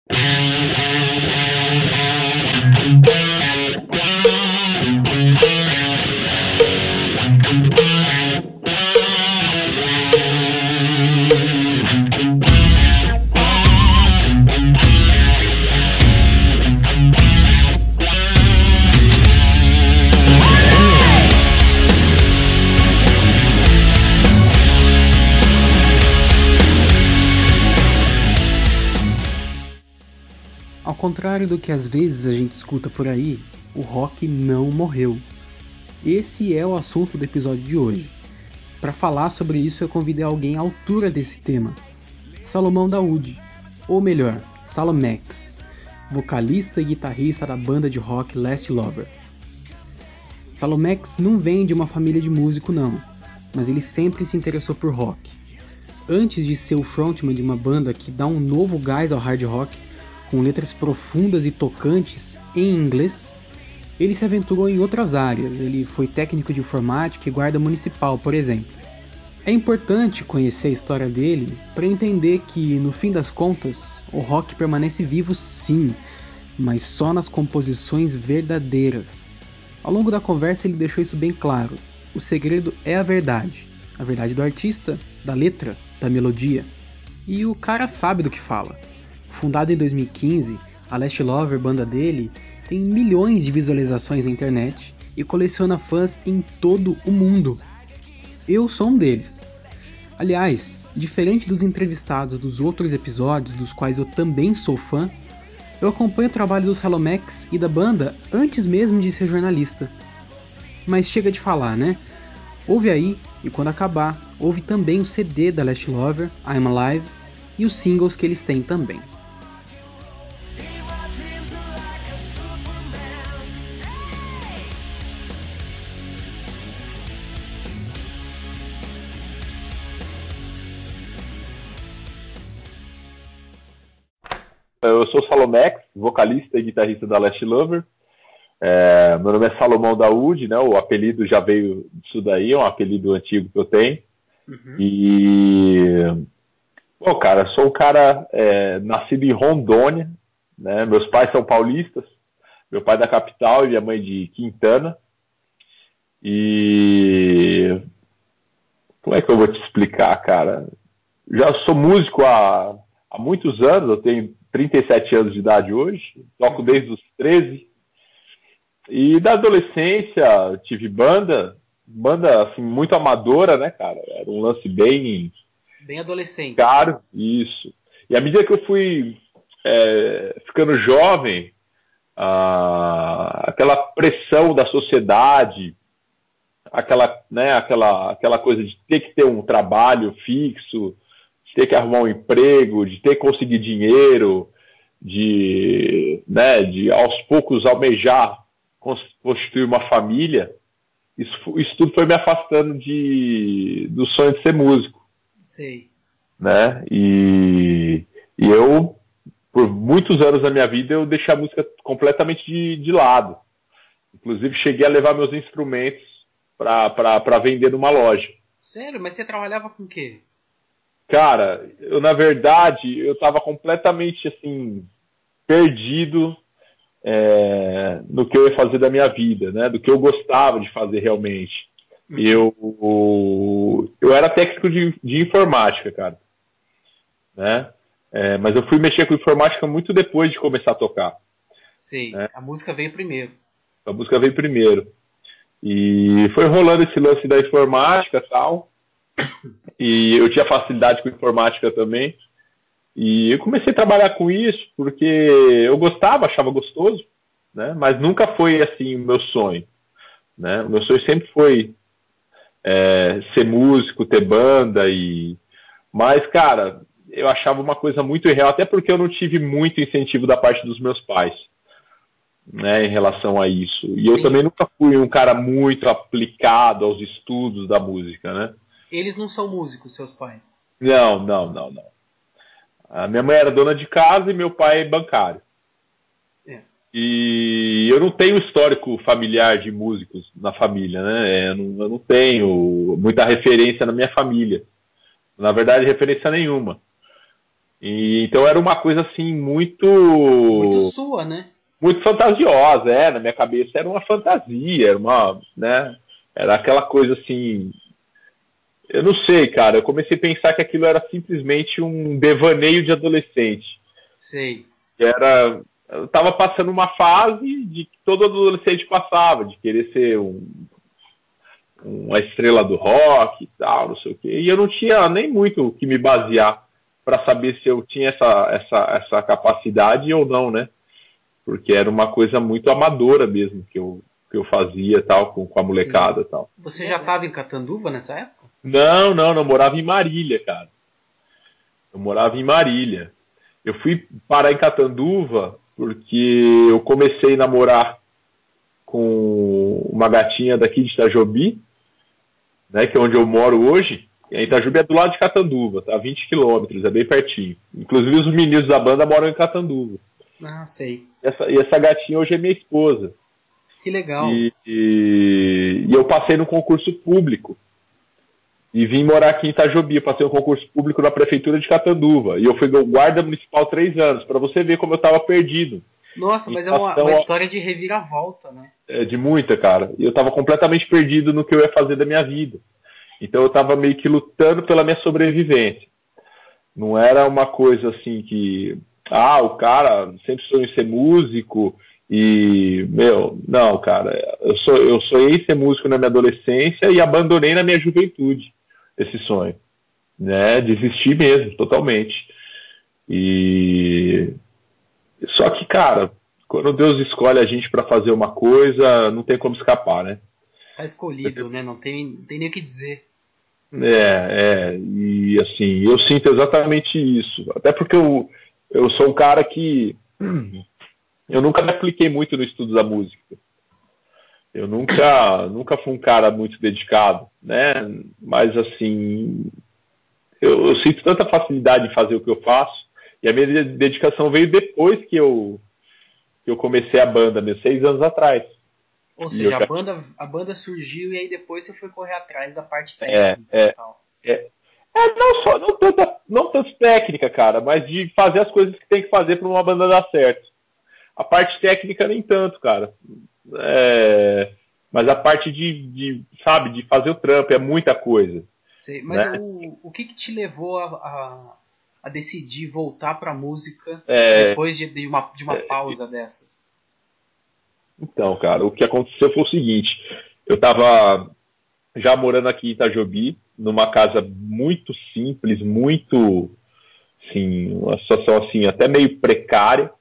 Ao contrário do que às vezes a gente escuta por aí, o rock não morreu. Esse é o assunto do episódio de hoje. Para falar sobre isso, eu convidei alguém à altura desse tema, Salomão Daoud, ou melhor, Salomex, vocalista e guitarrista da banda de rock Last Lover. Salomex não vem de uma família de músico não, mas ele sempre se interessou por rock. Antes de ser o frontman de uma banda que dá um novo gás ao hard rock, com letras profundas e tocantes em inglês, ele se aventurou em outras áreas. Ele foi técnico de informática e guarda municipal, por exemplo. É importante conhecer a história dele para entender que, no fim das contas, o rock permanece vivo sim, mas só nas composições verdadeiras. Ao longo da conversa ele deixou isso bem claro. O segredo é a verdade do artista, da letra, da melodia. E o cara sabe do que fala. Fundada em 2015, a Last Lover, banda dele, tem milhões de visualizações na internet e coleciona fãs em todo o mundo. Eu sou um deles. Aliás, diferente dos entrevistados dos outros episódios, dos quais eu também sou fã, eu acompanho o trabalho do Salomex e da banda antes mesmo de ser jornalista. Mas chega de falar, né? Ouve aí, e quando acabar, ouve também o CD da Last Lover, I'm Alive, e os singles que eles têm também. Eu sou o Salomex, vocalista e guitarrista da Last Lover. Meu nome é Salomão Daoud, né? O apelido já veio disso daí, é um apelido antigo que eu tenho. Uhum. E, bom, cara, sou um cara nascido em Rondônia, né? Meus pais são paulistas, meu pai é da capital e minha mãe de Quintana. E como é que eu vou te explicar, cara? Já sou músico há muitos anos, eu tenho 37 anos de idade hoje, toco desde os 13. E da adolescência tive banda assim, muito amadora, né, cara? Era um lance bem adolescente. Caro, isso. E à medida que eu fui ficando jovem, aquela pressão da sociedade, aquela coisa de ter que ter um trabalho fixo, de ter que arrumar um emprego, de ter que conseguir dinheiro, de aos poucos almejar constituir uma família, isso tudo foi me afastando do sonho de ser músico. Sei. Né? E eu, por muitos anos da minha vida, eu deixei a música completamente de lado. Inclusive, cheguei a levar meus instrumentos para vender numa loja. Sério? Mas você trabalhava com o quê? Cara, na verdade, eu estava completamente, assim, perdido no que eu ia fazer da minha vida, né? Do que eu gostava de fazer realmente. Eu era técnico de informática, cara. Né? Mas eu fui mexer com informática muito depois de começar a tocar. Sim, né? A música veio primeiro. A música veio primeiro. E foi rolando esse lance da informática e tal. E eu tinha facilidade com informática também. E eu comecei a trabalhar com isso porque eu gostava, achava gostoso, né? Mas nunca foi assim o meu sonho. Né? O meu sonho sempre foi ser músico, ter banda. Mas, cara, eu achava uma coisa muito irreal, até porque eu não tive muito incentivo da parte dos meus pais, né, em relação a isso. E eu também nunca fui um cara muito aplicado aos estudos da música, né? Eles não são músicos, seus pais? Não. A minha mãe era dona de casa e meu pai é bancário. E eu não tenho histórico familiar de músicos na família, né? Eu não tenho muita referência na minha família. Na verdade, referência nenhuma. E, então era uma coisa assim Muito sua, né? muito fantasiosa, na minha cabeça era uma fantasia, era uma, né, era aquela coisa assim, eu não sei, cara, eu comecei a pensar que aquilo era simplesmente um devaneio de adolescente. Sei. Eu tava passando uma fase de que todo adolescente passava, de querer ser uma estrela do rock e tal, não sei o quê. E eu não tinha nem muito o que me basear para saber se eu tinha essa capacidade ou não, né? Porque era uma coisa muito amadora mesmo que eu fazia tal, com a Sim. molecada tal. Você já estava em Catanduva nessa época? Não, não, não, eu morava em Marília, cara. Eu morava em Marília. Eu fui parar em Catanduva porque eu comecei a namorar com uma gatinha daqui de Itajobi, né, que é onde eu moro hoje. E a Itajobi é do lado de Catanduva, tá? 20 quilômetros, é bem pertinho. Inclusive os meninos da banda moram em Catanduva. Ah, sei. E essa gatinha hoje é minha esposa. Que legal. E eu passei no concurso público. E vim morar aqui em Itajobi. Eu passei um concurso público na prefeitura de Catanduva. E eu fui guarda municipal 3 anos, para você ver como eu estava perdido. Nossa, mas é uma história de reviravolta, né? De muita, cara. E eu estava completamente perdido no que eu ia fazer da minha vida. Então eu estava meio que lutando pela minha sobrevivência. Não era uma coisa assim que, o cara sempre sonhou em ser músico e, não, cara, eu sonhei em ser músico na minha adolescência e abandonei na minha juventude esse sonho, né? Desisti mesmo, totalmente. E só que, cara, quando Deus escolhe a gente para fazer uma coisa, não tem como escapar, né? Tá escolhido, né? Não tem nem o que dizer. E assim, eu sinto exatamente isso. Até porque eu sou um cara que eu nunca me apliquei muito no estudo da música. Eu nunca fui um cara muito dedicado, né? Mas assim, eu sinto tanta facilidade em fazer o que eu faço. E a minha dedicação veio depois que eu comecei a banda, 6 anos atrás. Ou E eu seja, já, a banda surgiu e aí depois você foi correr atrás da parte é, técnica e é, tal. é, não tanto técnica, cara, mas de fazer as coisas que tem que fazer para uma banda dar certo. A parte técnica nem tanto, cara. Mas a parte sabe, de fazer o trampo é muita coisa, Sei, mas né? o que te levou a decidir voltar pra música É, depois de uma pausa dessas? então, cara, o que aconteceu foi o seguinte: eu tava já morando aqui em Itajobi, numa casa muito simples, muito, assim, uma situação assim até meio precária,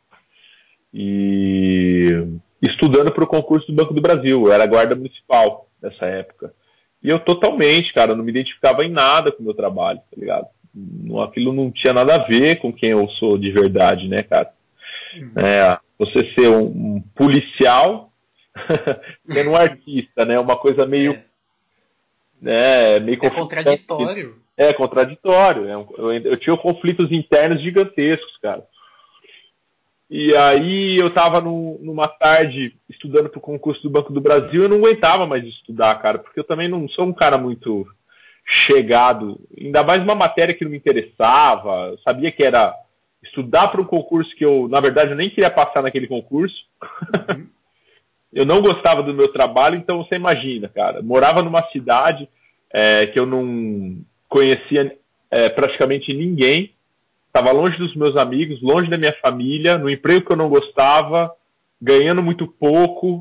e estudando para o concurso do Banco do Brasil. Eu era guarda municipal nessa época. E eu totalmente, cara, não me identificava em nada com o meu trabalho, tá ligado? Aquilo não tinha nada a ver com quem eu sou de verdade, né, cara? Uhum. Você ser um policial sendo um artista, né? Uma coisa meio, É, meio é conflitante. contraditório. É contraditório. Eu tinha conflitos internos gigantescos, cara. E aí eu tava numa tarde estudando pro concurso do Banco do Brasil, eu não aguentava mais estudar, cara, porque eu também não sou um cara muito chegado, ainda mais uma matéria que não me interessava, eu sabia que era estudar para um concurso que eu, na verdade, eu nem queria passar naquele concurso. Uhum. Eu não gostava do meu trabalho, então você imagina, cara, morava numa cidade que eu não conhecia praticamente ninguém, estava longe dos meus amigos, longe da minha família, no emprego que eu não gostava, ganhando muito pouco.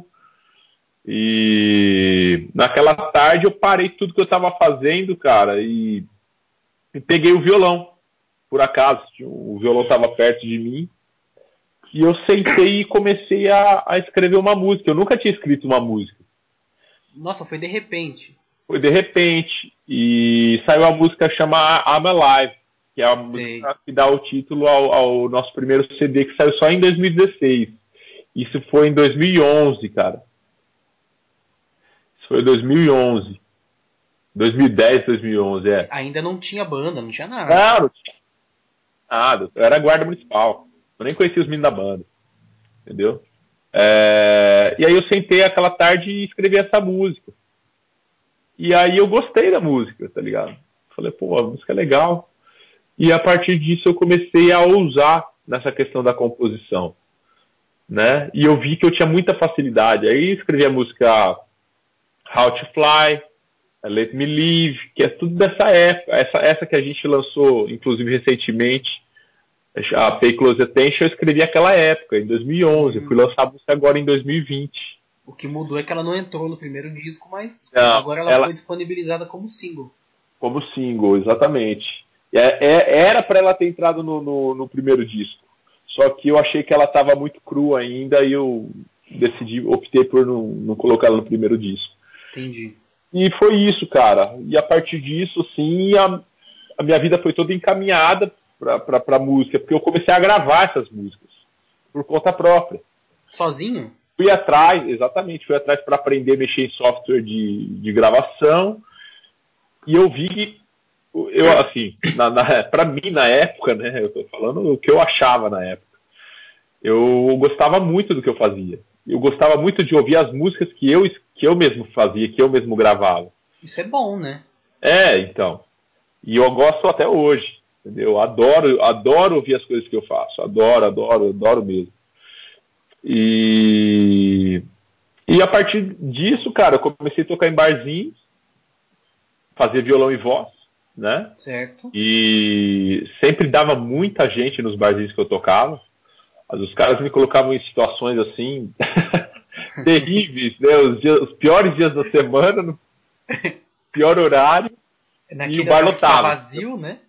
E naquela tarde eu parei tudo que eu estava fazendo, cara, e peguei o violão, por acaso. O violão estava perto de mim. E eu sentei e comecei a escrever uma música. Eu nunca tinha escrito uma música. Nossa, foi de repente. Foi de repente. E saiu a música chamada I'm Alive, que é a Sei. música que dá o título ao nosso primeiro CD, que saiu só em 2016. Isso foi em 2011, cara. Isso foi em 2011. 2010, 2011, Ainda não tinha banda, não tinha nada. Não, não tinha nada. Eu era guarda municipal. Eu nem conhecia os meninos da banda. Entendeu? E aí eu sentei aquela tarde e escrevi essa música. E aí eu gostei da música, tá ligado? Falei, pô, a música é legal. E a partir disso eu comecei a ousar nessa questão da composição, né? E eu vi que eu tinha muita facilidade. Aí escrevi a música How to Fly, Let Me Live, que é tudo dessa época. Essa que a gente lançou, inclusive, recentemente, a Pay Close Attention, eu escrevi aquela época, em 2011. Eu fui lançar a música agora em 2020. O que mudou é que ela não entrou no primeiro disco, mas não, agora ela foi disponibilizada como single. Como single, exatamente. Era para ela ter entrado no primeiro disco. Só que eu achei que ela estava muito crua ainda e eu optei por não colocar ela no primeiro disco. Entendi. E foi isso, cara. E a partir disso, assim, a minha vida foi toda encaminhada pra música, porque eu comecei a gravar essas músicas por conta própria. Sozinho? Fui atrás para aprender a mexer em software de gravação. E eu vi que, assim, pra mim, na época, né, eu tô falando o que eu achava na época, eu gostava muito do que eu fazia. Eu gostava muito de ouvir as músicas que eu mesmo fazia, que eu mesmo gravava. Isso é bom, né? Então. E eu gosto até hoje, entendeu? Adoro ouvir as coisas que eu faço. Adoro mesmo. E a partir disso, cara, eu comecei a tocar em barzinhos, fazer violão e voz, né? Certo. E sempre dava muita gente nos barzinhos que eu tocava. Os caras me colocavam em situações assim terríveis, né? Os piores dias da semana, no pior horário, e o bar lotava. Tá vazio, né?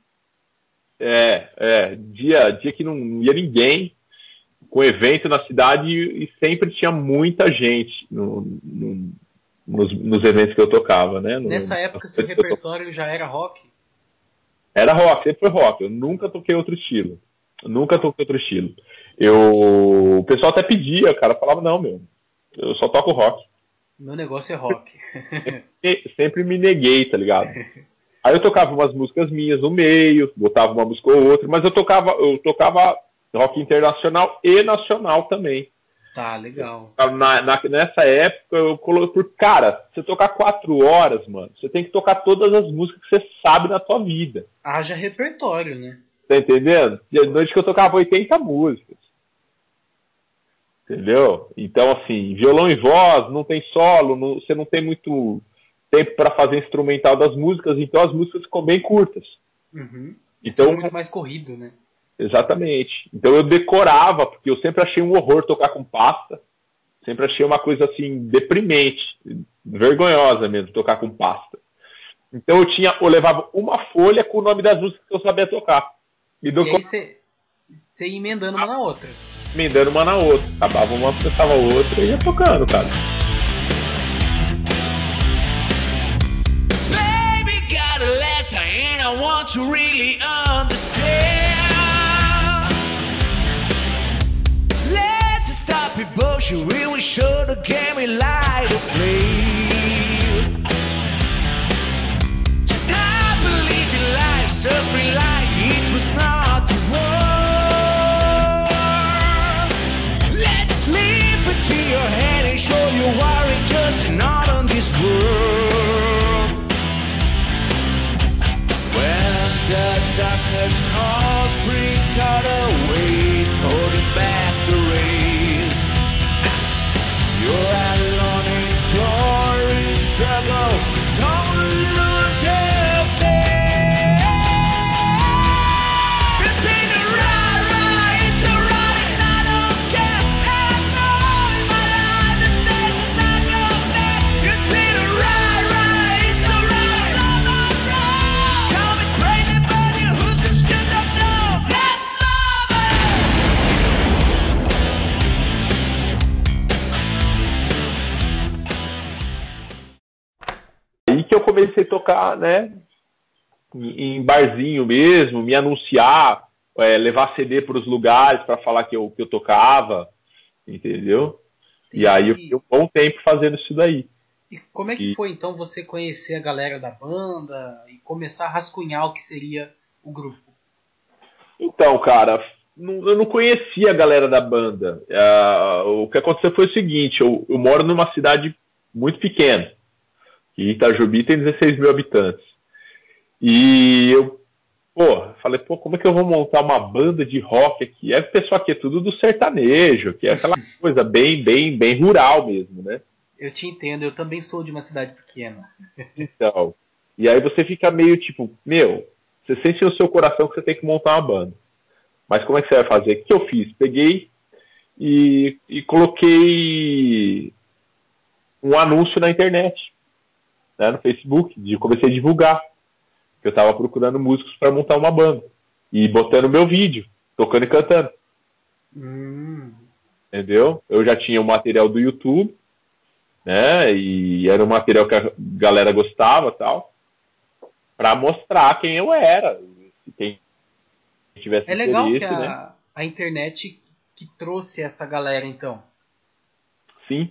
Dia que não ia ninguém, com evento na cidade, e sempre tinha muita gente nos eventos que eu tocava, né? Nessa época, seu repertório já era rock? Era rock, sempre foi rock. Eu nunca toquei outro estilo. O pessoal até pedia, o cara falava, não, eu só toco rock. Meu negócio é rock. Sempre me neguei, tá ligado? Aí eu tocava umas músicas minhas no meio, botava uma música ou outra, mas eu tocava rock internacional e nacional também. Tá, legal. Nessa época, eu coloquei, cara, você tocar 4 horas, mano, você tem que tocar todas as músicas que você sabe na tua vida. Haja repertório, né? Tá entendendo? De noite que eu tocava 80 músicas. Entendeu? Então, assim, violão e voz, não tem solo, você não tem muito tempo para fazer instrumental das músicas, então as músicas ficam bem curtas. Uhum. Então, muito mais corrido, né? Exatamente. Então eu decorava, porque eu sempre achei um horror tocar com pasta. Sempre achei uma coisa assim, deprimente, vergonhosa mesmo, tocar com pasta. Então eu levava uma folha com o nome das músicas que eu sabia tocar. E aí você ia emendando uma na outra. Emendando uma na outra. Acabava uma, começava outra e ia tocando, cara. Baby got a lesson and I want to really understand. Let's stop it, bullshit. We will show the game in light of play. Stop believing life, suffering like it was not the war. Let's live into your head and show you are just not on this world. When the darkness calls, bring God away, holding back the rays. You're alone in sorry struggle. Don't lose your faith. This ain't a ride, it's a ride, and I don't care. And I know in my life that there's not going back. This ain't a ride, it's a ride, I'm not wrong. Call me crazy, but you who's just you don't know. Let's love Aí que eu comecei a tocar, né, em barzinho mesmo, me anunciar, levar CD para os lugares para falar que eu tocava, entendeu? E aí eu fiquei um bom tempo fazendo isso daí. E como é que foi então você conhecer a galera da banda e começar a rascunhar o que seria o grupo? Então, cara, eu não conhecia a galera da banda. O que aconteceu foi o seguinte, eu moro numa cidade muito pequena, e Itajubi tem 16 mil habitantes. E eu falei, como é que eu vou montar uma banda de rock aqui? É o pessoal aqui é tudo do sertanejo, que é aquela coisa bem rural mesmo, né? Eu te entendo, eu também sou de uma cidade pequena. Então, e aí você fica meio tipo, você sente no seu coração que você tem que montar uma banda. Mas como é que você vai fazer? O que eu fiz? Peguei e coloquei um anúncio na internet, né, no Facebook, comecei a divulgar que eu estava procurando músicos para montar uma banda. E botando meu vídeo, tocando e cantando. Entendeu? Eu já tinha o material do YouTube, né? E era um material que a galera gostava e tal, para mostrar quem eu era. Se quem tivesse É legal interesse, que né? a internet que trouxe essa galera, então. Sim.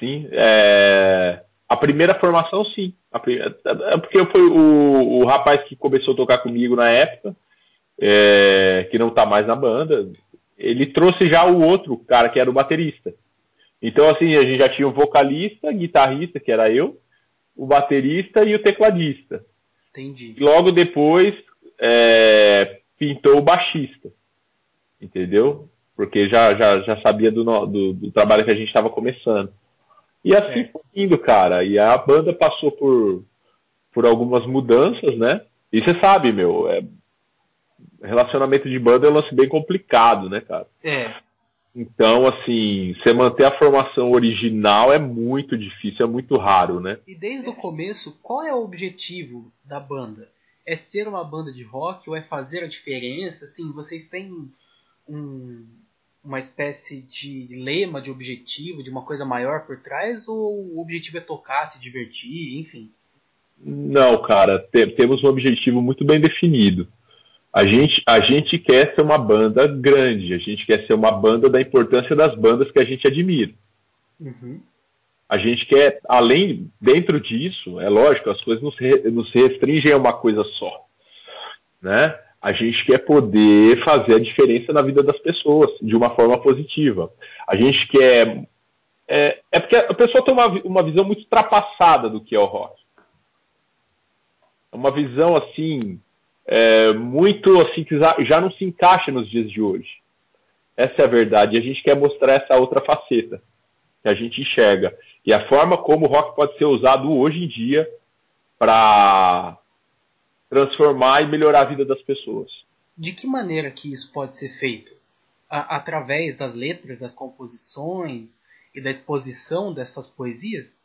A primeira formação, sim. Porque foi o rapaz que começou a tocar comigo na época, que não tá mais na banda, ele trouxe já o outro cara, que era o baterista. Então, assim, a gente já tinha o vocalista, guitarrista, que era eu, o baterista e o tecladista. Entendi. E logo depois, pintou o baixista. Entendeu? Porque já sabia do trabalho que a gente estava começando. E assim foi indo, cara. E a banda passou por algumas mudanças, né? E você sabe, relacionamento de banda é um lance bem complicado, né, cara? Então, assim, você manter a formação original é muito difícil, é muito raro, né? E desde o começo, qual é o objetivo da banda? É ser uma banda de rock ou é fazer a diferença? Assim, vocês têm uma espécie de lema, de objetivo, de uma coisa maior por trás? Ou o objetivo é tocar, se divertir, enfim? Não, cara, temos um objetivo muito bem definido. A gente quer ser uma banda grande, a gente quer ser uma banda da importância das bandas que a gente admira. A gente quer, dentro disso, é lógico, as coisas não se restringem a uma coisa só, né? A gente quer poder fazer a diferença na vida das pessoas de uma forma positiva. A gente quer... porque a pessoa tem uma visão muito ultrapassada do que é o rock. É uma visão, assim, muito, assim, que já não se encaixa nos dias de hoje. Essa é a verdade. E a gente quer mostrar essa outra faceta que a gente enxerga. E a forma como o rock pode ser usado hoje em dia para transformar e melhorar a vida das pessoas. De que maneira que isso pode ser feito? Através das letras, das composições e da exposição dessas poesias?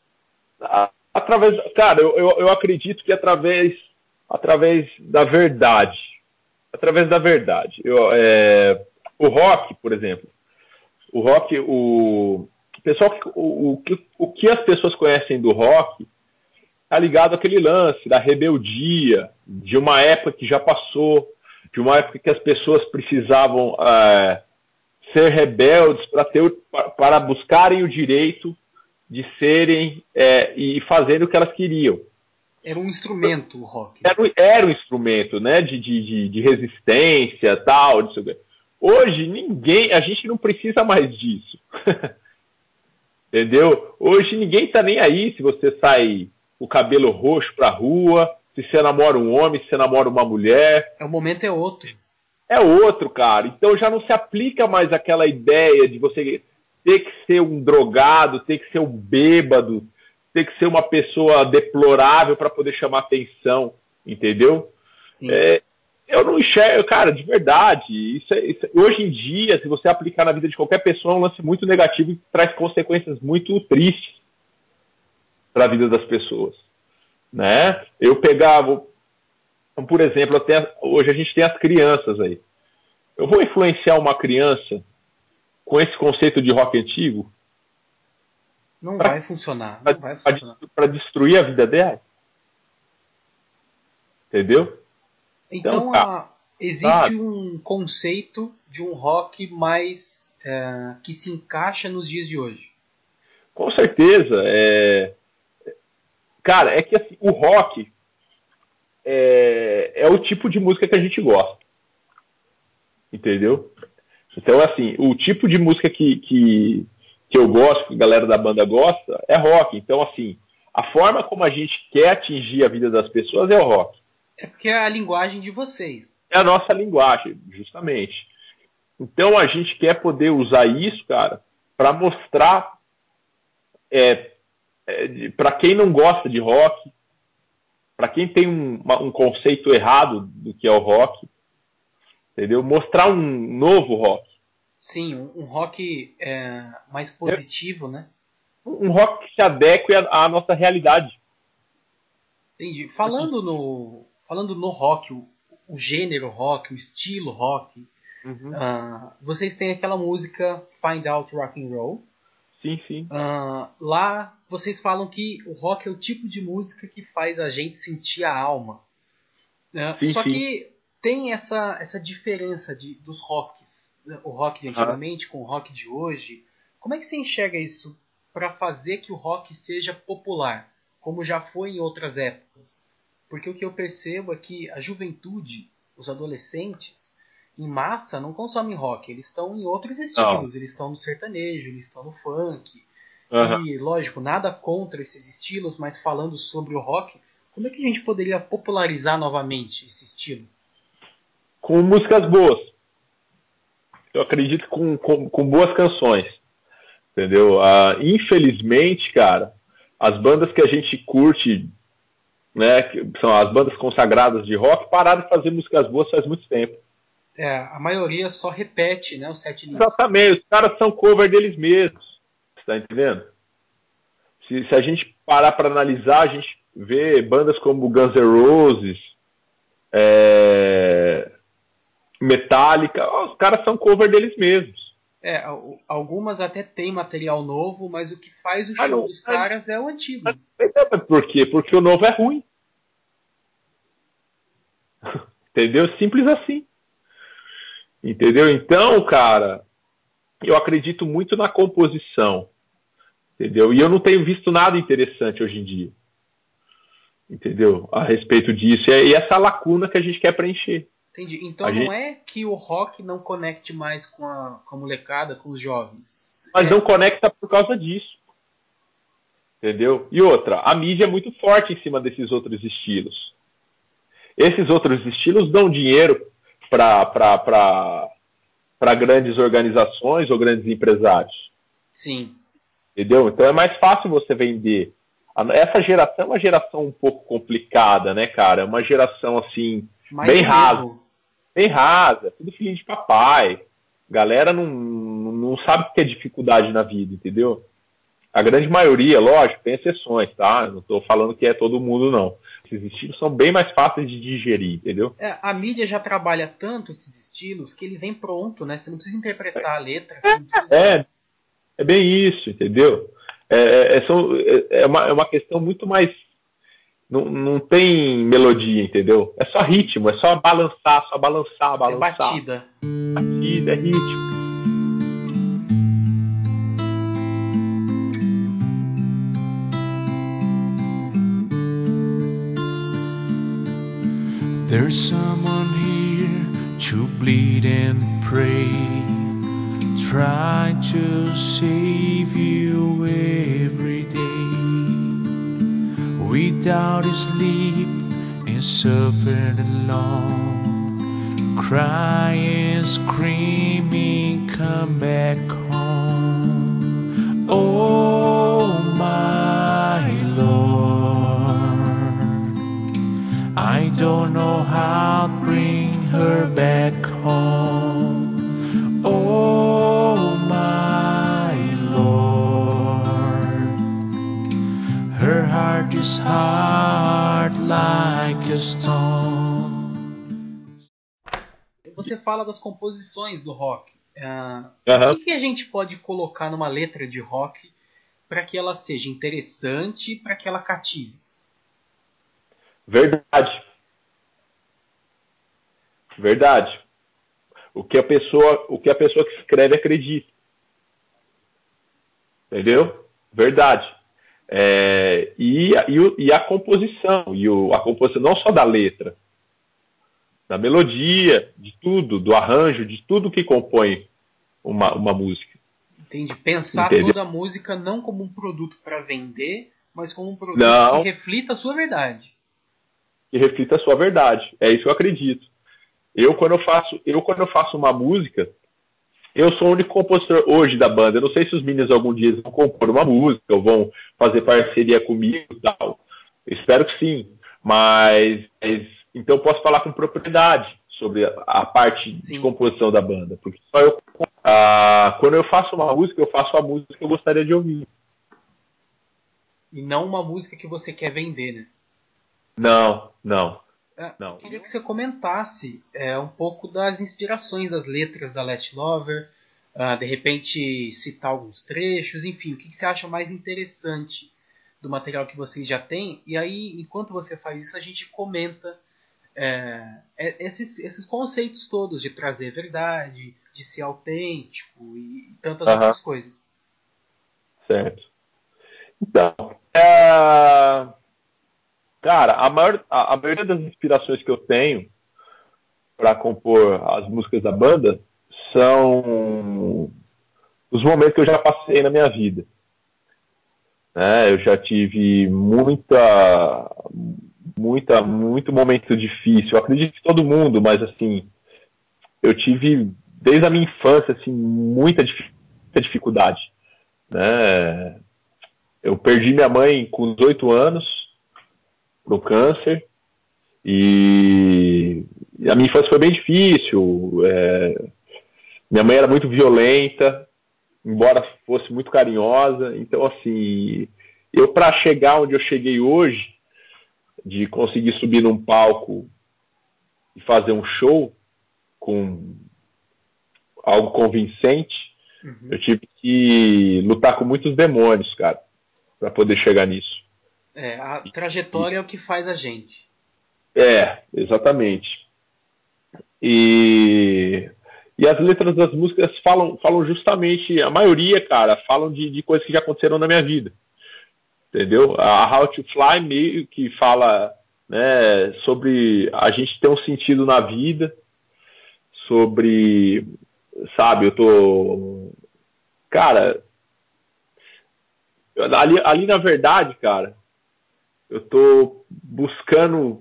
Eu acredito que através da verdade. Através da verdade. O rock, por exemplo. O rock, o que as pessoas conhecem do rock tá ligado àquele lance da rebeldia, de uma época que já passou, de uma época que as pessoas precisavam ser rebeldes para buscarem o direito de serem e fazerem o que elas queriam. Era um instrumento, o rock. Era um instrumento, né, de resistência, tal, disso. Hoje a gente não precisa mais disso. Entendeu? Hoje ninguém tá nem aí se você sai o cabelo roxo pra rua, se você namora um homem, se você namora uma mulher. O momento é outro. É outro, cara. Então já não se aplica mais aquela ideia de você ter que ser um drogado, ter que ser um bêbado, ter que ser uma pessoa deplorável para poder chamar atenção, entendeu? Sim. Eu não enxergo, cara, de verdade. Hoje em dia, se você aplicar na vida de qualquer pessoa, é um lance muito negativo e traz consequências muito tristes para a vida das pessoas, né? Eu pegava, por exemplo, hoje a gente tem as crianças aí. Eu vou influenciar uma criança com esse conceito de rock antigo? Não vai funcionar. Para destruir a vida dela? Entendeu? Então existe um conceito de um rock mais que se encaixa nos dias de hoje. Com certeza. Cara, é que assim, o rock é o tipo de música que a gente gosta. Entendeu? Então, assim, o tipo de música que eu gosto, que a galera da banda gosta, é rock. Então, assim, a forma como a gente quer atingir a vida das pessoas é o rock. É porque é a linguagem de vocês. é a nossa linguagem, justamente. Então a gente quer poder usar isso, cara, para mostrar para quem não gosta de rock, para quem tem um conceito errado do que é o rock, entendeu? Mostrar um novo rock. Sim, um rock mais positivo, né? Um rock que se adeque à nossa realidade. Entendi. Falando no rock, o gênero rock, o estilo rock, vocês têm aquela música Find Out Rock and Roll. Sim, sim. Lá vocês falam que o rock é o tipo de música que faz a gente sentir a alma. Sim, Só sim. que tem essa diferença dos rocks, né? O rock de antigamente com o rock de hoje. Como é que você enxerga isso para fazer que o rock seja popular, como já foi em outras épocas? Porque o que eu percebo é que a juventude, os adolescentes, em massa, não consomem rock. Eles estão em outros estilos. Eles estão no sertanejo, eles estão no funk. E, lógico, nada contra esses estilos, mas falando sobre o rock, como é que a gente poderia popularizar novamente esse estilo? Com músicas boas. Eu acredito com boas canções. Entendeu? Infelizmente, cara, as bandas que a gente curte, né, que são as bandas consagradas de rock, pararam de fazer músicas boas faz muito tempo. A maioria só repete, né, o set list. Exatamente, os caras são cover deles mesmos. Você tá entendendo? Se a gente parar para analisar, a gente vê bandas como Guns N' Roses, Metallica, os caras são cover deles mesmos. Algumas até tem material novo, mas o que faz o show dos caras é o antigo. Por quê? Porque o novo é ruim. Entendeu? Simples assim. Entendeu? Então, cara, eu acredito muito na composição. Entendeu? E eu não tenho visto nada interessante hoje em dia. Entendeu? A respeito disso. E essa lacuna que a gente quer preencher. Entendi. Então não é que o rock não conecte mais com a molecada, com os jovens. Mas não conecta por causa disso. Entendeu? E outra, a mídia é muito forte em cima desses outros estilos. Esses outros estilos dão dinheiro para grandes organizações ou grandes empresários. Sim. Entendeu? Então é mais fácil você vender. Essa geração é uma geração um pouco complicada, né, cara? É uma geração, assim, bem rasa. Bem rasa. Tudo filhinho de papai. Galera não sabe o que é dificuldade na vida, entendeu? A grande maioria, lógico, tem exceções, tá? Não tô falando que é todo mundo, não. Esses estilos são bem mais fáceis de digerir, entendeu? A mídia já trabalha tanto esses estilos que ele vem pronto, né? Você não precisa interpretar a letra. Você não precisa... É bem isso, entendeu? É uma questão muito mais... Não tem melodia, entendeu? É só ritmo, é só balançar. É batida. Batida, é ritmo. There's someone here to bleed and pray, try to save you every day. Without sleep and suffering alone, crying, screaming, come back home. Oh my Lord, I don't know how to bring her back home. Oh my Lord, her heart is hard like a stone. Você fala das composições do rock. O que a gente pode colocar numa letra de rock para que ela seja interessante, para que ela cative? Verdade. O que a pessoa que escreve acredita. Entendeu? Verdade. E a composição. A composição não só da letra, da melodia, de tudo, do arranjo, de tudo que compõe uma música. Entendi. Pensar toda a música não como um produto para vender, mas como um produto que reflita a sua verdade. Que reflita a sua verdade. É isso que eu acredito. Eu quando eu faço uma música, eu sou o único compositor hoje da banda. Eu não sei se os meninos algum dia vão compor uma música ou vão fazer parceria comigo e tal. Eu espero que sim. Então eu posso falar com propriedade sobre a parte de Sim. composição da banda. Porque só eu. Quando eu faço uma música, eu faço a música que eu gostaria de ouvir. E não uma música que você quer vender, né? Não, não, Eu não. queria que você comentasse um pouco das inspirações das letras da Last Lover, de repente citar alguns trechos, enfim, o que você acha mais interessante do material que você já tem, e aí, enquanto você faz isso, a gente comenta esses conceitos todos de trazer verdade, de ser autêntico e tantas Aham, outras coisas. certo. Então, cara, a maioria das inspirações que eu tenho para compor as músicas da banda são os momentos que eu já passei na minha vida. Né? Eu já tive muito momento difícil. Eu acredito que todo mundo, mas assim, eu tive desde a minha infância assim muita dificuldade. Né? Eu perdi minha mãe com 18 anos pro câncer e a minha infância foi bem difícil. Minha mãe era muito violenta, embora fosse muito carinhosa. Então, assim, eu para chegar onde eu cheguei hoje, de conseguir subir num palco e fazer um show com algo convincente, eu Uhum. tive que lutar com muitos demônios, cara, para poder chegar nisso. A E, trajetória é o que faz a gente. exatamente. E, e as letras das músicas falam justamente, a maioria, cara, falam de coisas que já aconteceram na minha vida. Entendeu? A How to Fly meio que fala, né, sobre a gente ter um sentido na vida, sobre, sabe, eu tô, cara, ali na verdade, cara, eu tô buscando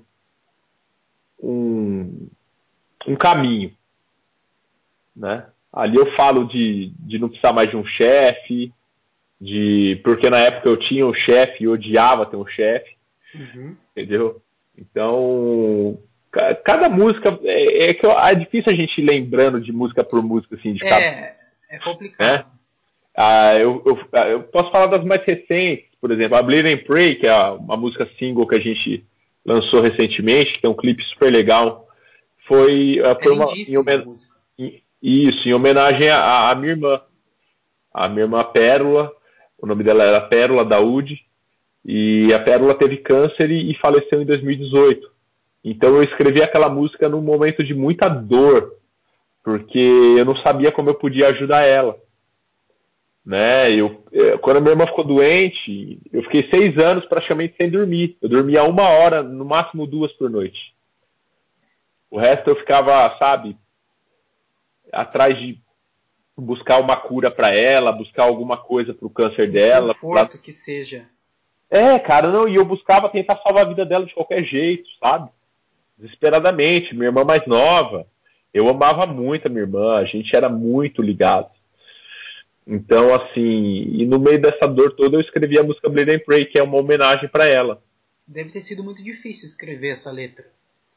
um, um caminho, né? Ali eu falo de não precisar mais de um chefe, porque na época eu tinha um chefe e odiava ter um chefe, Uhum. entendeu? Então, cada música é difícil a gente ir lembrando de música por música assim de cada, É né? complicado. Eu posso falar das mais recentes, por exemplo, a Bleed and Pray, que é uma música single que a gente lançou recentemente, que tem um clipe super legal, É foi uma lindíssima a música. isso, em homenagem à minha irmã, a minha irmã Pérola. O nome dela era Pérola Daúde, e a Pérola teve câncer e faleceu em 2018. Então eu escrevi aquela música num momento de muita dor, porque eu não sabia como eu podia ajudar ela. Né? Quando a minha irmã ficou doente, eu fiquei 6 anos praticamente sem dormir. Eu dormia 1 hora, no máximo 2 por noite. O resto eu ficava, sabe, atrás de buscar uma cura para ela, buscar alguma coisa para o câncer Um dela. conforto que seja. Cara, não, e eu buscava tentar salvar a vida dela de qualquer jeito, sabe? Desesperadamente. Minha irmã mais nova, eu amava muito a minha irmã, a gente era muito ligado. Então, assim, e no meio dessa dor toda eu escrevi a música Bleed and Pray, que é uma homenagem para ela. Deve ter sido muito difícil escrever essa letra.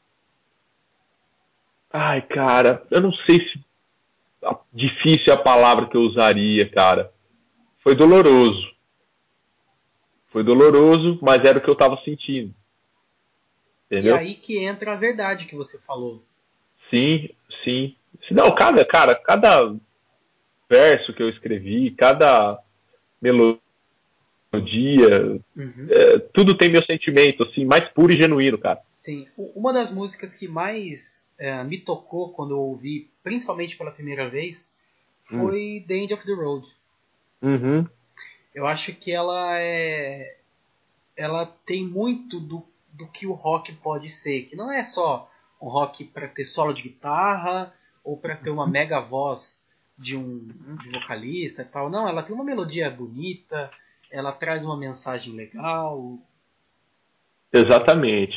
Ai, cara, eu não sei se difícil é a palavra que eu usaria, cara. Foi doloroso. Foi doloroso, mas era o que eu tava sentindo. E Entendeu? aí que entra a verdade que você falou. Sim, sim. Não, cada verso que eu escrevi, cada melodia, Uhum. tudo tem meu sentimento, assim, mais puro e genuíno, cara. Sim. Uma das músicas que mais me tocou quando eu ouvi, principalmente pela primeira vez, Hum. foi The End of the Road. Uhum. Eu acho que ela tem muito do que o rock pode ser, que não é só um rock para ter solo de guitarra ou para ter uma mega voz de vocalista e tal. Não, ela tem uma melodia bonita, ela traz uma mensagem legal. Exatamente.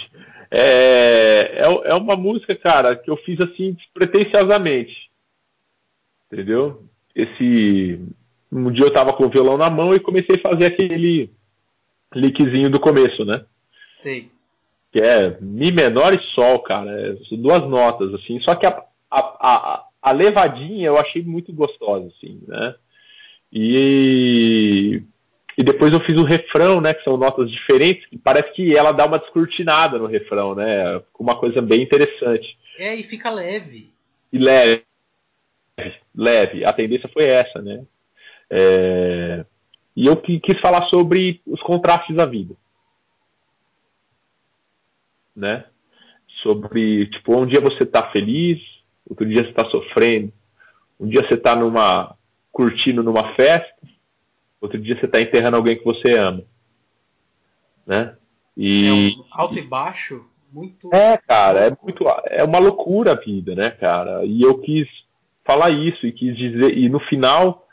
É uma música, cara, que eu fiz assim despretensiosamente, entendeu? Um dia eu tava com o violão na mão e comecei a fazer aquele lickzinho do começo, né? Sei. Que é Mi menor e Sol, cara. Duas notas, assim. Só que a levadinha eu achei muito gostosa, assim, né? E, e depois eu fiz o refrão, né? Que são notas diferentes. E parece que ela dá uma descortinada no refrão, né? Uma coisa bem interessante. E fica leve. E leve, leve. A tendência foi essa, né? E eu quis falar sobre os contrastes da vida, né? Sobre, tipo, um dia você tá feliz, outro dia você tá sofrendo, um dia você tá curtindo numa festa, outro dia você tá enterrando alguém que você ama, né? Um alto e baixo muito. Cara, é uma loucura a vida, né, cara? E eu quis falar isso e quis dizer, e no final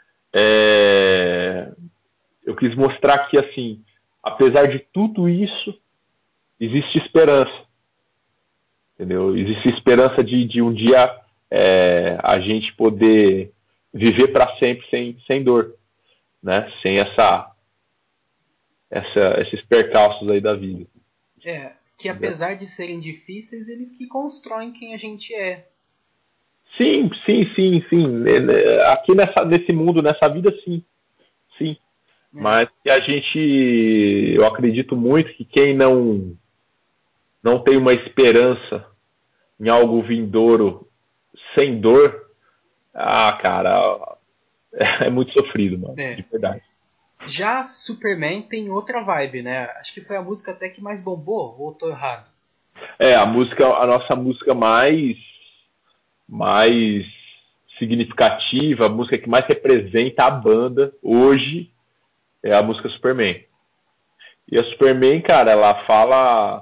eu quis mostrar que, assim, apesar de tudo isso, existe esperança, entendeu? Existe esperança de um dia a gente poder viver para sempre sem dor, né? Sem esses percalços aí da vida. Que apesar de serem difíceis, eles que constroem quem a gente é. Sim. Aqui nesse mundo, nessa vida, sim. Sim. Mas que eu acredito muito que quem não tem uma esperança em algo vindouro sem dor, cara, é muito sofrido, mano, de verdade. Já Superman tem outra vibe, né? Acho que foi a música até que mais bombou, ou eu tô errado? A nossa música mais significativa, a música que mais representa a banda hoje é a música Superman. E a Superman, cara, ela fala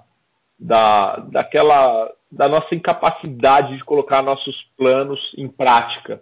da nossa incapacidade de colocar nossos planos em prática.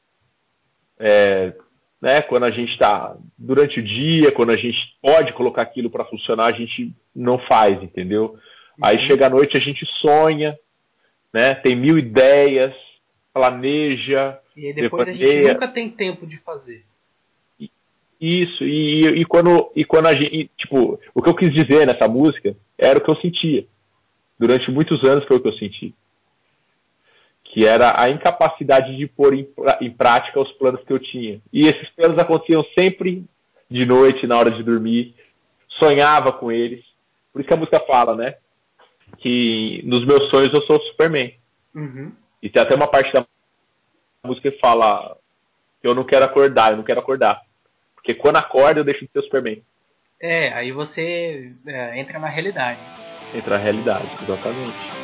Né, quando a gente está durante o dia, quando a gente pode colocar aquilo para funcionar, a gente não faz, entendeu? Aí chega a noite, a gente sonha, né, tem 1000 ideias, planeja. E aí depois a gente nunca tem tempo de fazer. Isso, e quando a gente. Tipo, o que eu quis dizer nessa música era o que eu sentia. Durante muitos anos foi o que eu senti. Que era a incapacidade de pôr em prática os planos que eu tinha. E esses planos aconteciam sempre de noite, na hora de dormir. Sonhava com eles. Por isso que a música fala, né? Que nos meus sonhos eu sou o Superman. Uhum. E tem até uma parte da música que fala que eu não quero acordar. Porque quando acorda eu deixo de ser o Superman. Aí você entra na realidade. Entra na realidade, exatamente.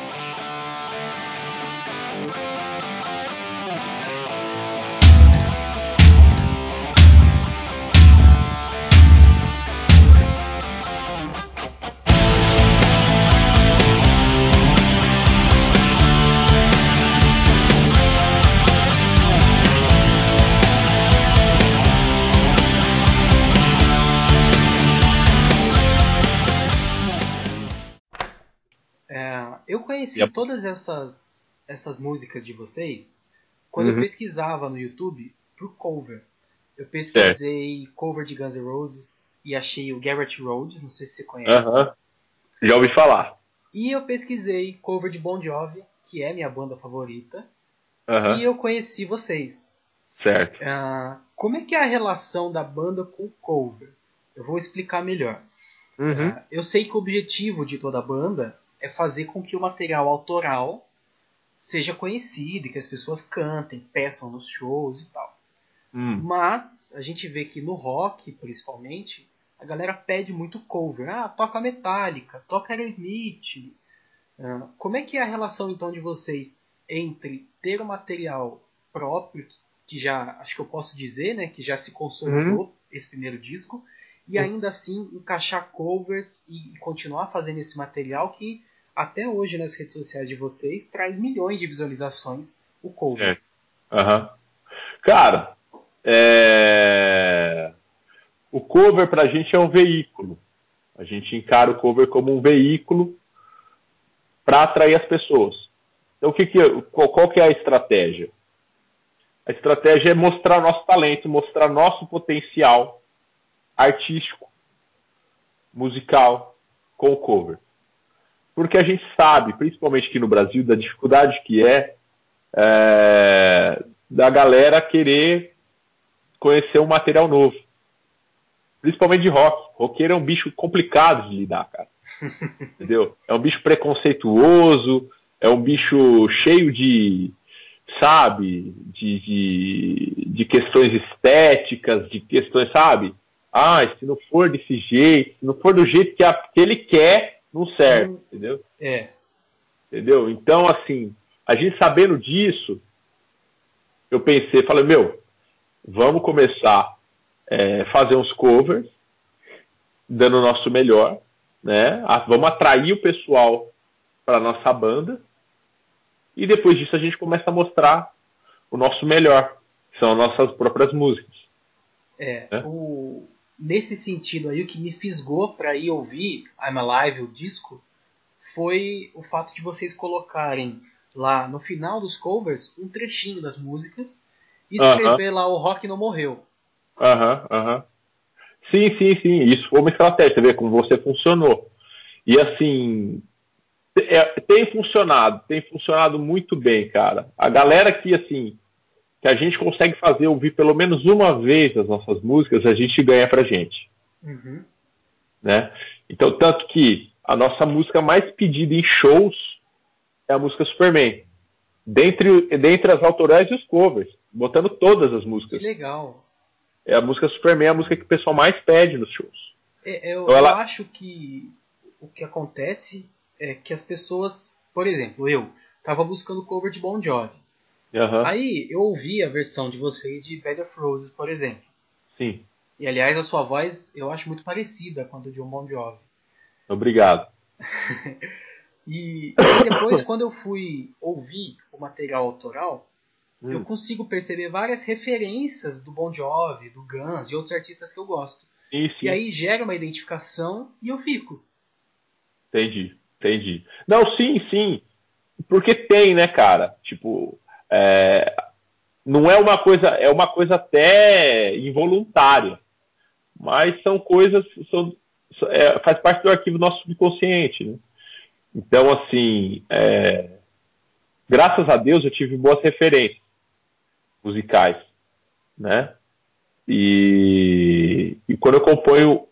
Eu conheci todas essas músicas de vocês quando eu pesquisava no YouTube por cover. Eu pesquisei cover de Guns N' Roses e achei o Garrett Rhodes, não sei se você conhece. Já ouvi falar. E eu pesquisei cover de Bon Jovi, que é minha banda favorita, e eu conheci vocês. Certo. Como é que é a relação da banda com o cover? Eu vou explicar melhor. Eu sei que o objetivo de toda a banda é fazer com que o material autoral seja conhecido e que as pessoas cantem, peçam nos shows e tal. Mas a gente vê que no rock, principalmente, a galera pede muito cover. Toca Metallica, toca Aerosmith. Como é que é a relação então de vocês entre ter um material próprio, que já, acho que eu posso dizer, né, que já se consolidou esse primeiro disco, e ainda assim encaixar covers e continuar fazendo esse material que até hoje nas redes sociais de vocês traz milhões de visualizações o cover. Cara, o cover pra gente é um veículo, A gente encara o cover como um veículo para atrair as pessoas. Então, qual que é a estratégia? A estratégia é mostrar nosso talento, mostrar nosso potencial artístico, musical, com o cover. Porque a gente sabe, principalmente aqui no Brasil, da dificuldade que é da galera querer conhecer um material novo. Principalmente de rock. Roqueiro é um bicho complicado de lidar, cara. Entendeu? É um bicho preconceituoso, é um bicho cheio de, sabe, de questões estéticas, de questões, sabe? Se não for desse jeito, se não for do jeito que ele quer, não serve, entendeu? Entendeu? Então, assim, a gente sabendo disso, eu pensei, falei, vamos começar a fazer uns covers, dando o nosso melhor, né? Vamos atrair o pessoal para nossa banda, e depois disso a gente começa a mostrar o nosso melhor, que são as nossas próprias músicas. Né? Nesse sentido aí, o que me fisgou para ir ouvir I'm Alive, o disco, foi o fato de vocês colocarem lá no final dos covers um trechinho das músicas e escrever lá o Rock Não Morreu. Sim. Isso foi uma estratégia, você vê como você funcionou. E assim, tem funcionado muito bem, cara. A galera que a gente consegue fazer ouvir pelo menos uma vez as nossas músicas, a gente ganha pra gente. Né? Então, tanto que a nossa música mais pedida em shows é a música Superman. Dentre as autorais e os covers, botando todas as músicas. Que legal. A música Superman é a música que o pessoal mais pede nos shows. Eu acho que o que acontece é que as pessoas, por exemplo, eu tava buscando cover de Bon Jovi. Aí eu ouvi a versão de vocês de Bed of Roses, por exemplo. Sim. E aliás, a sua voz eu acho muito parecida com a do John Bon Jovi. Obrigado. E depois, quando eu fui ouvir o material autoral, eu consigo perceber várias referências do Bon Jovi, do Guns, de outros artistas que eu gosto. Sim. E aí gera uma identificação e eu fico. Entendi. Não, sim. Porque tem, né, cara? Tipo, não é uma coisa, é uma coisa até involuntária. Mas são coisas, faz parte do arquivo do nosso subconsciente, né? Então, assim, graças a Deus eu tive boas referências musicais, né? E quando eu componho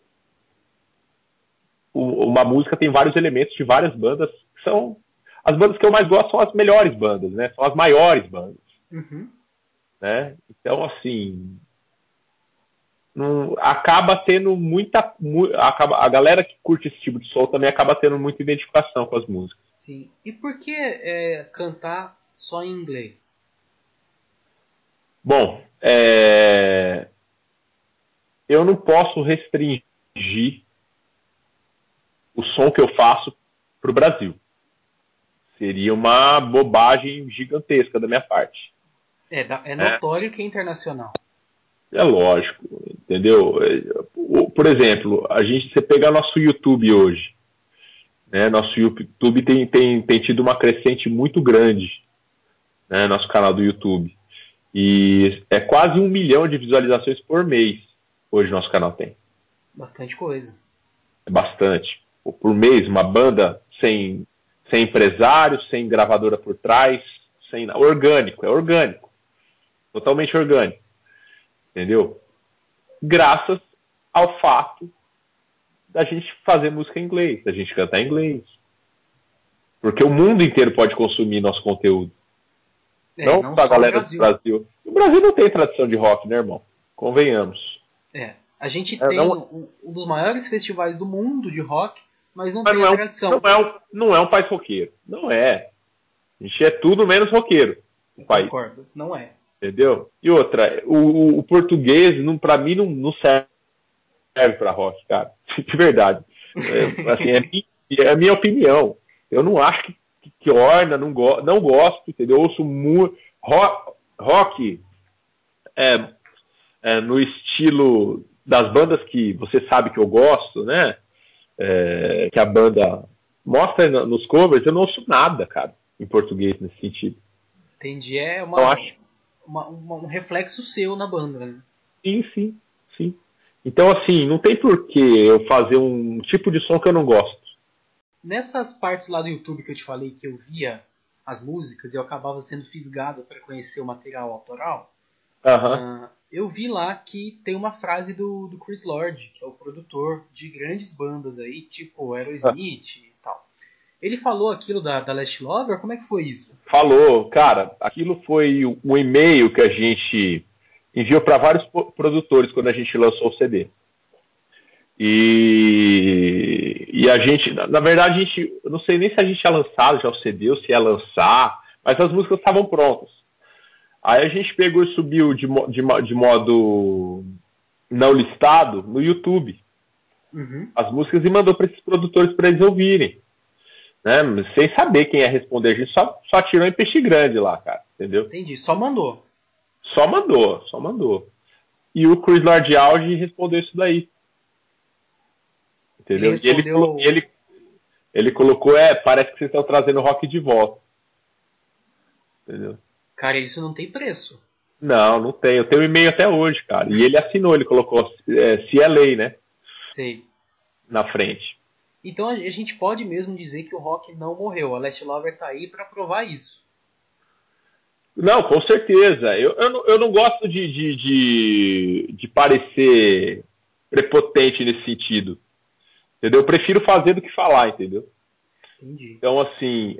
uma música, tem vários elementos de várias bandas, que são as bandas que eu mais gosto, são as melhores bandas, né? São as maiores bandas, né? Então, assim, acaba tendo a galera que curte esse tipo de som também acaba tendo muita identificação com as músicas. Sim. E por que cantar só em inglês? Bom, eu não posso restringir o som que eu faço para o Brasil. Seria uma bobagem gigantesca da minha parte. É notório que é internacional. É lógico, entendeu? Por exemplo, você pegar nosso YouTube hoje, né? Nosso YouTube tem tido uma crescente muito grande, né? Nosso canal do YouTube. E é quase 1 milhão de visualizações por mês hoje nosso canal tem. Bastante coisa. É bastante. Por mês, uma banda sem empresário, sem gravadora por trás, orgânico, é orgânico. Totalmente orgânico. Entendeu? Graças ao fato da gente fazer música em inglês, da gente cantar em inglês. Porque o mundo inteiro pode consumir nosso conteúdo. Não só a galera do Brasil. O Brasil não tem tradição de rock, né, irmão? Convenhamos. A gente tem um dos maiores festivais do mundo de rock, mas não tem tradição. Não é um país roqueiro. Não é. A gente é tudo menos roqueiro. Concordo, não é. Entendeu? E outra, o português, pra mim, não serve pra rock, cara. De verdade. É a minha opinião. Eu não acho que orna, não gosto, entendeu? Eu ouço muito rock no estilo das bandas que você sabe que eu gosto, né? que a banda mostra nos covers, eu não ouço nada, cara, em português nesse sentido. Entendi. É Eu acho. um reflexo seu na banda, né? Sim, sim, sim. Então, assim, não tem por que eu fazer um tipo de som que eu não gosto. Nessas partes lá do YouTube que eu te falei que eu via as músicas e eu acabava sendo fisgado para conhecer o material autoral, Aham. eu vi lá que tem uma frase do Chris Lord, que é o produtor de grandes bandas aí, tipo Aerosmith e tal. Ele falou aquilo da Last Lover? Como é que foi isso? Falou, cara, aquilo foi um e-mail que a gente enviou para vários produtores quando a gente lançou o CD. E a gente, na verdade, eu não sei nem se a gente tinha lançado já o CD ou se ia lançar, mas as músicas estavam prontas. Aí a gente pegou e subiu de modo não listado no YouTube as músicas e mandou para esses produtores para eles ouvirem. Né? Sem saber quem ia responder, a gente só tirou em peixe grande lá, cara, entendeu? Entendi, só mandou. Só mandou. E o Chris Lord Alge respondeu isso daí. Ele Entendeu? respondeu... Ele colocou, parece que vocês estão trazendo rock de volta. Entendeu? Cara, isso não tem preço. Não tem. Eu tenho um e-mail até hoje, cara. E ele assinou, ele colocou CLA, né? Sei. Na frente. Então a gente pode mesmo dizer que o rock não morreu. A Last Lover tá aí pra provar isso. Não, com certeza. Eu não gosto de parecer prepotente nesse sentido. Entendeu? Eu prefiro fazer do que falar, entendeu? Entendi. Então, assim,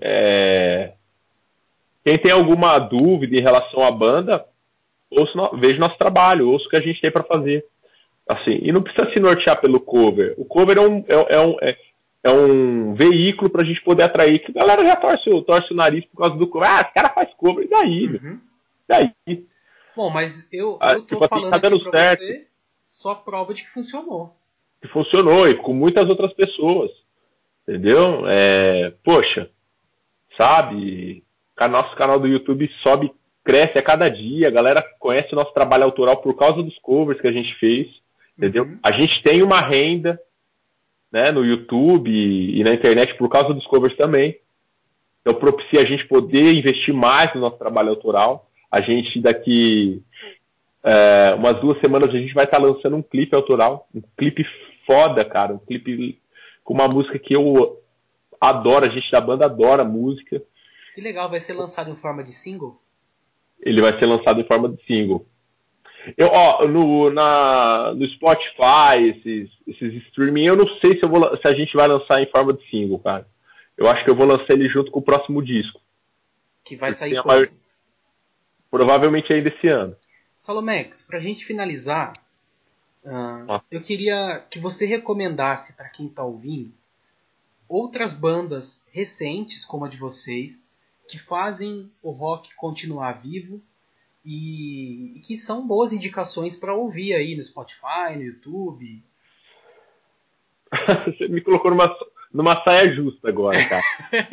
quem tem alguma dúvida em relação à banda, veja nosso trabalho, ouça o que a gente tem para fazer. Assim, e não precisa se nortear pelo cover. O cover é um veículo para a gente poder atrair, que a galera já torce o nariz por causa do cover. Esse cara faz cover, e daí? Daí? Bom, mas eu tô tipo, falando tá dando aqui pra certo. você só prova de que funcionou. Que funcionou, e com muitas outras pessoas. Entendeu? Poxa, sabe? Nosso canal do YouTube cresce a cada dia, a galera conhece o nosso trabalho autoral por causa dos covers que a gente fez, entendeu? A gente tem uma renda, né, no YouTube e na internet por causa dos covers também. Então propicia a gente poder investir mais no nosso trabalho autoral. A gente daqui umas 2 semanas a gente vai estar lançando um clipe autoral, um clipe foda, cara, um clipe com uma música que eu adoro, a gente da banda adora a música. Que legal, vai ser lançado em forma de single? Ele vai ser lançado em forma de single. No Spotify, esses streaming, eu não sei se a gente vai lançar em forma de single, cara. Eu acho que eu vou lançar ele junto com o próximo disco. Que vai sair quando? Provavelmente ainda esse ano. Salomex, pra gente finalizar, eu queria que você recomendasse para quem tá ouvindo outras bandas recentes como a de vocês que fazem o rock continuar vivo e que são boas indicações para ouvir aí no Spotify, no YouTube. Você me colocou numa saia justa agora, cara.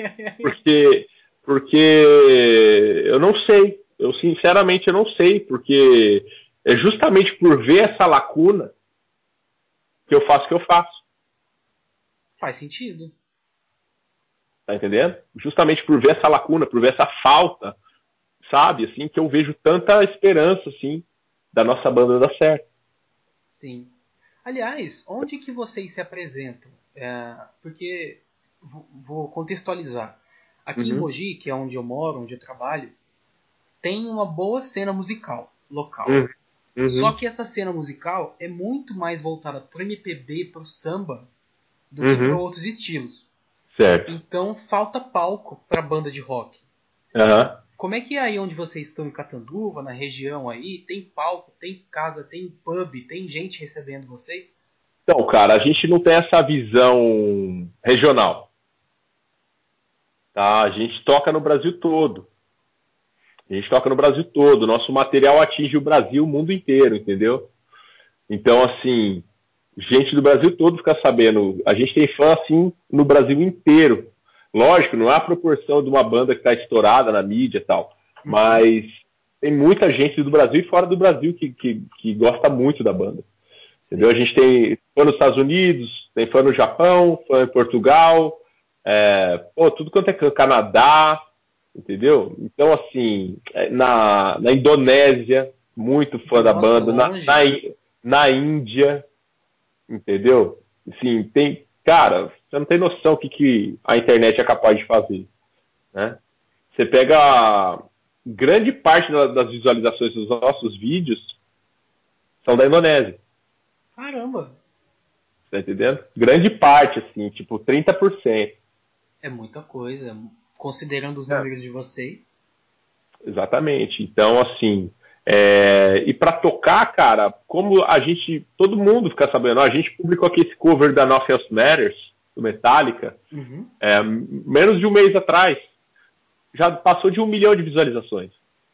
porque eu não sei. Eu sinceramente eu não sei, porque é justamente por ver essa lacuna que eu faço o que eu faço. Faz sentido. Tá entendendo? Justamente por ver essa lacuna, por ver essa falta, sabe? Assim, que eu vejo tanta esperança, assim, da nossa banda dar certo. Sim. Aliás, onde que vocês se apresentam? Porque, vou contextualizar. Aqui em Mogi, que é onde eu moro, onde eu trabalho, tem uma boa cena musical local. Só que essa cena musical é muito mais voltada para o MPB, para o samba, do que para outros estilos. Certo. Então falta palco para banda de rock. Como é que é aí onde vocês estão em Catanduva, na região aí? Tem palco, tem casa, tem pub, tem gente recebendo vocês? Então, cara, a gente não tem essa visão regional. Tá? A gente toca no Brasil todo. Nosso material atinge o Brasil, o mundo inteiro, entendeu? Então, assim, gente do Brasil todo fica sabendo. A gente tem fã, assim, no Brasil inteiro. Lógico, não é a proporção de uma banda que está estourada na mídia e tal, mas tem muita gente do Brasil e fora do Brasil que gosta muito da banda. Entendeu? A gente tem fã nos Estados Unidos, Tem fã no Japão, fã em Portugal, tudo quanto é Canadá, entendeu? Então, assim, na Indonésia, muito fã da Nossa, banda, longe. na Índia, entendeu? Assim, tem, cara, você não tem noção o que a internet é capaz de fazer, né? Você pega grande parte das visualizações dos nossos vídeos são da Indonésia, Caramba, tá entendendo? Grande parte, assim, tipo 30%. é muita coisa. Considerando os É, números de vocês. exatamente. Então, assim, e pra tocar, cara, como todo mundo fica sabendo, a gente publicou aqui esse cover da Nothing Else Matters, do Metallica, Uhum. menos de um mês atrás. Já passou de 1 milhão de visualizações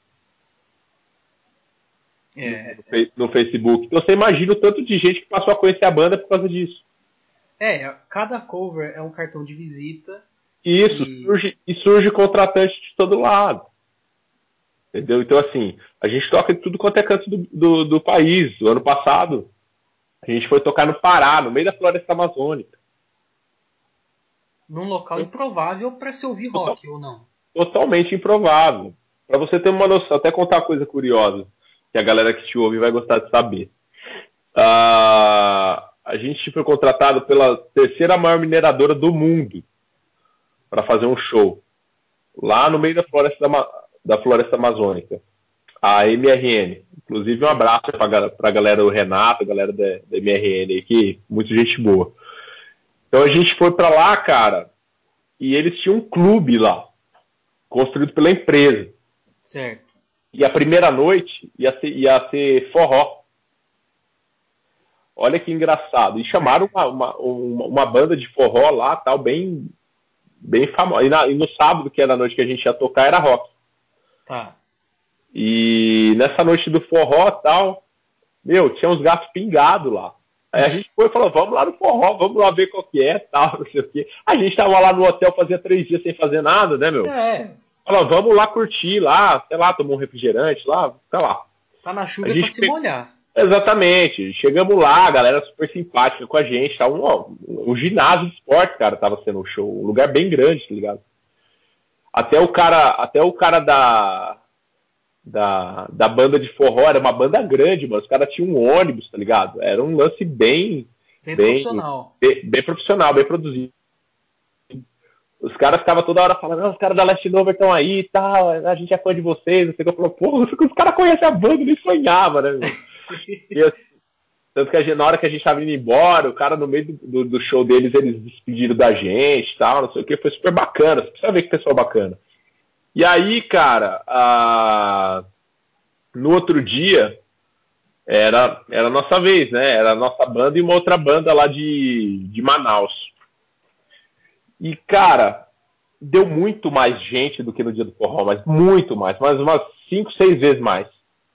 É, no Facebook. Então você imagina o tanto de gente que passou a conhecer a banda por causa disso. cada cover é um cartão de visita. E isso, surge contratante de todo lado. Entendeu? Então, assim, a gente toca em tudo quanto é canto do país. O ano passado, a gente foi tocar no Pará, no meio da floresta amazônica. Num local improvável para se ouvir rock, ou não? Totalmente improvável. Para você ter uma noção, até contar uma coisa curiosa, que a galera que te ouve vai gostar de saber. A gente foi contratado pela terceira maior mineradora do mundo para fazer um show lá no meio da floresta amazônica, a MRN. Inclusive, um abraço para a galera do Renato, a galera da MRN aí, que muita gente boa. Então a gente foi para lá, cara, e eles tinham um clube lá, construído pela empresa. Certo. E a primeira noite ia ser forró. Olha que engraçado. E chamaram uma banda de forró lá, tal, bem famosa. E no sábado, que era a noite que a gente ia tocar, era rock. Tá. E nessa noite do forró, tal, tinha uns gatos pingados lá. Aí a gente foi e falou, vamos lá no forró, vamos lá ver qual que é, tal, não sei o quê. A gente tava lá no hotel, fazia 3 dias sem fazer nada, né, meu? Falou, vamos lá curtir lá, sei lá, tomar um refrigerante lá, sei lá. Tá na chuva pra se molhar. Exatamente. Chegamos lá, a galera super simpática com a gente. Tá um ginásio de esporte, cara, tava sendo um show. Um lugar bem grande, tá ligado? Até o cara da banda de forró era uma banda grande, mano. Os caras tinham um ônibus, tá ligado? Era um lance bem profissional. Bem profissional, bem produzido. Os caras ficavam toda hora falando, os caras da Last Nover estão aí e tal, a gente é fã de vocês, não sei o que. Eu falo, porra, os caras conhecem a banda, nem sonhava, né, meu? E assim, tanto que na hora que a gente tava indo embora, o cara no meio do show deles, eles despediram da gente e tal, não sei o que, foi super bacana, você precisa ver que pessoal bacana. E aí, cara, no outro dia, era a nossa vez, né? Era a nossa banda e uma outra banda lá de Manaus. E, cara, deu muito mais gente do que no dia do forró, mas muito mais, mas umas 5, 6 vezes mais.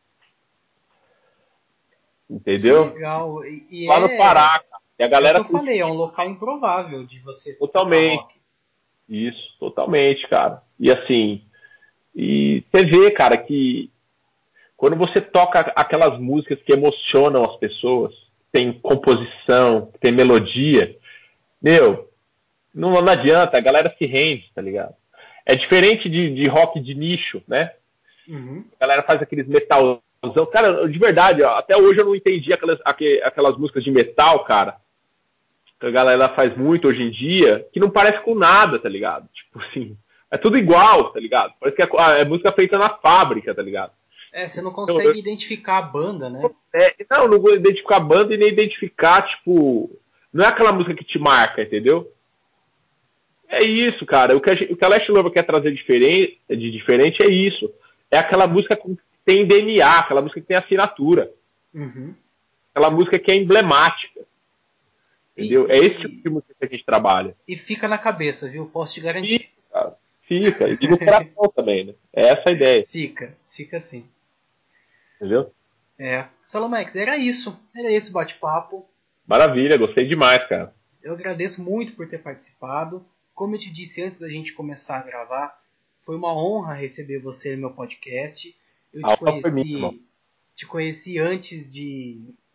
Entendeu? Que legal. Lá no Pará, cara. E a galera é o que eu falei, é um local improvável de você totalmente rock. Isso, totalmente, cara. E assim, e você vê, cara, que quando você toca aquelas músicas que emocionam as pessoas, tem composição, tem melodia, não adianta, a galera se rende, tá ligado? É diferente de rock de nicho, né? Uhum. A galera faz aqueles metalzão. Cara, de verdade, ó, até hoje eu não entendi aquelas músicas de metal, cara, que a galera faz muito hoje em dia, que não parece com nada, tá ligado? Tipo assim, é tudo igual, tá ligado? Parece que é música feita na fábrica, tá ligado? Você não consegue identificar a banda, né? Não vou identificar a banda e nem identificar, tipo, não é aquela música que te marca, entendeu? É isso, cara. O que a Last Lover quer trazer de diferente é isso. É aquela música que tem DNA, aquela música que tem assinatura. Uhum. Aquela música que é emblemática. Entendeu? É esse tipo de música que a gente trabalha. E fica na cabeça, viu? Posso te garantir. Fica. E no coração também, né? É essa a ideia. Fica assim. Entendeu? Salomex, era isso. Era esse bate-papo. Maravilha, gostei demais, cara. Eu agradeço muito por ter participado. Como eu te disse antes da gente começar a gravar, foi uma honra receber você no meu podcast. Eu te conheci antes de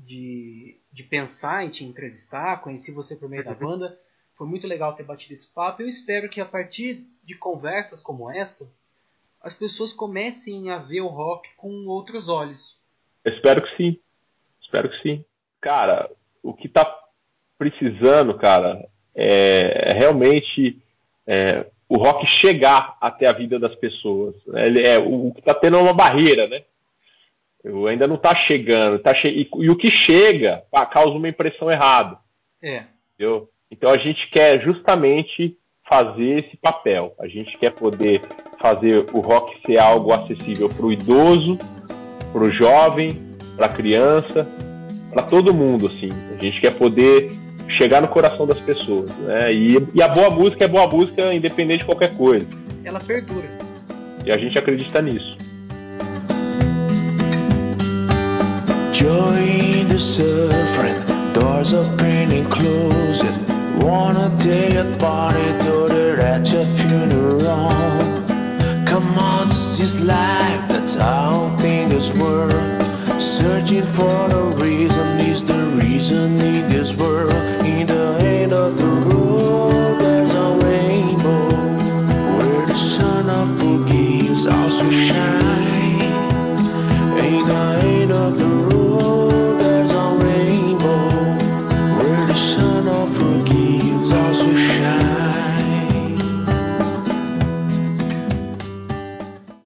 de pensar em te entrevistar, conheci você por meio da banda. Foi muito legal ter batido esse papo. Eu espero que a partir de conversas como essa, as pessoas comecem a ver o rock com outros olhos. Eu espero que sim. Espero que sim. Cara, o que tá precisando, cara, é realmente o rock chegar até a vida das pessoas. O que tá tendo é uma barreira, né? Ainda não tá chegando. E o que chega causa uma impressão errada. Entendeu? Então a gente quer justamente fazer esse papel. A gente quer poder fazer o rock ser algo acessível para o idoso, para o jovem, para a criança, para todo mundo, assim. A gente quer poder chegar no coração das pessoas, né? E a boa música é boa música independente de qualquer coisa. Ela perdura. E a gente acredita nisso. Joy in the suffering, doors open and closed. Wanna take a party, do it at your funeral. Come on, this is life, that's how things work. Searching for the reason, is the reason in this world. In the end of the road, there's a rainbow, where the sun of forgiveness also shine. Ain't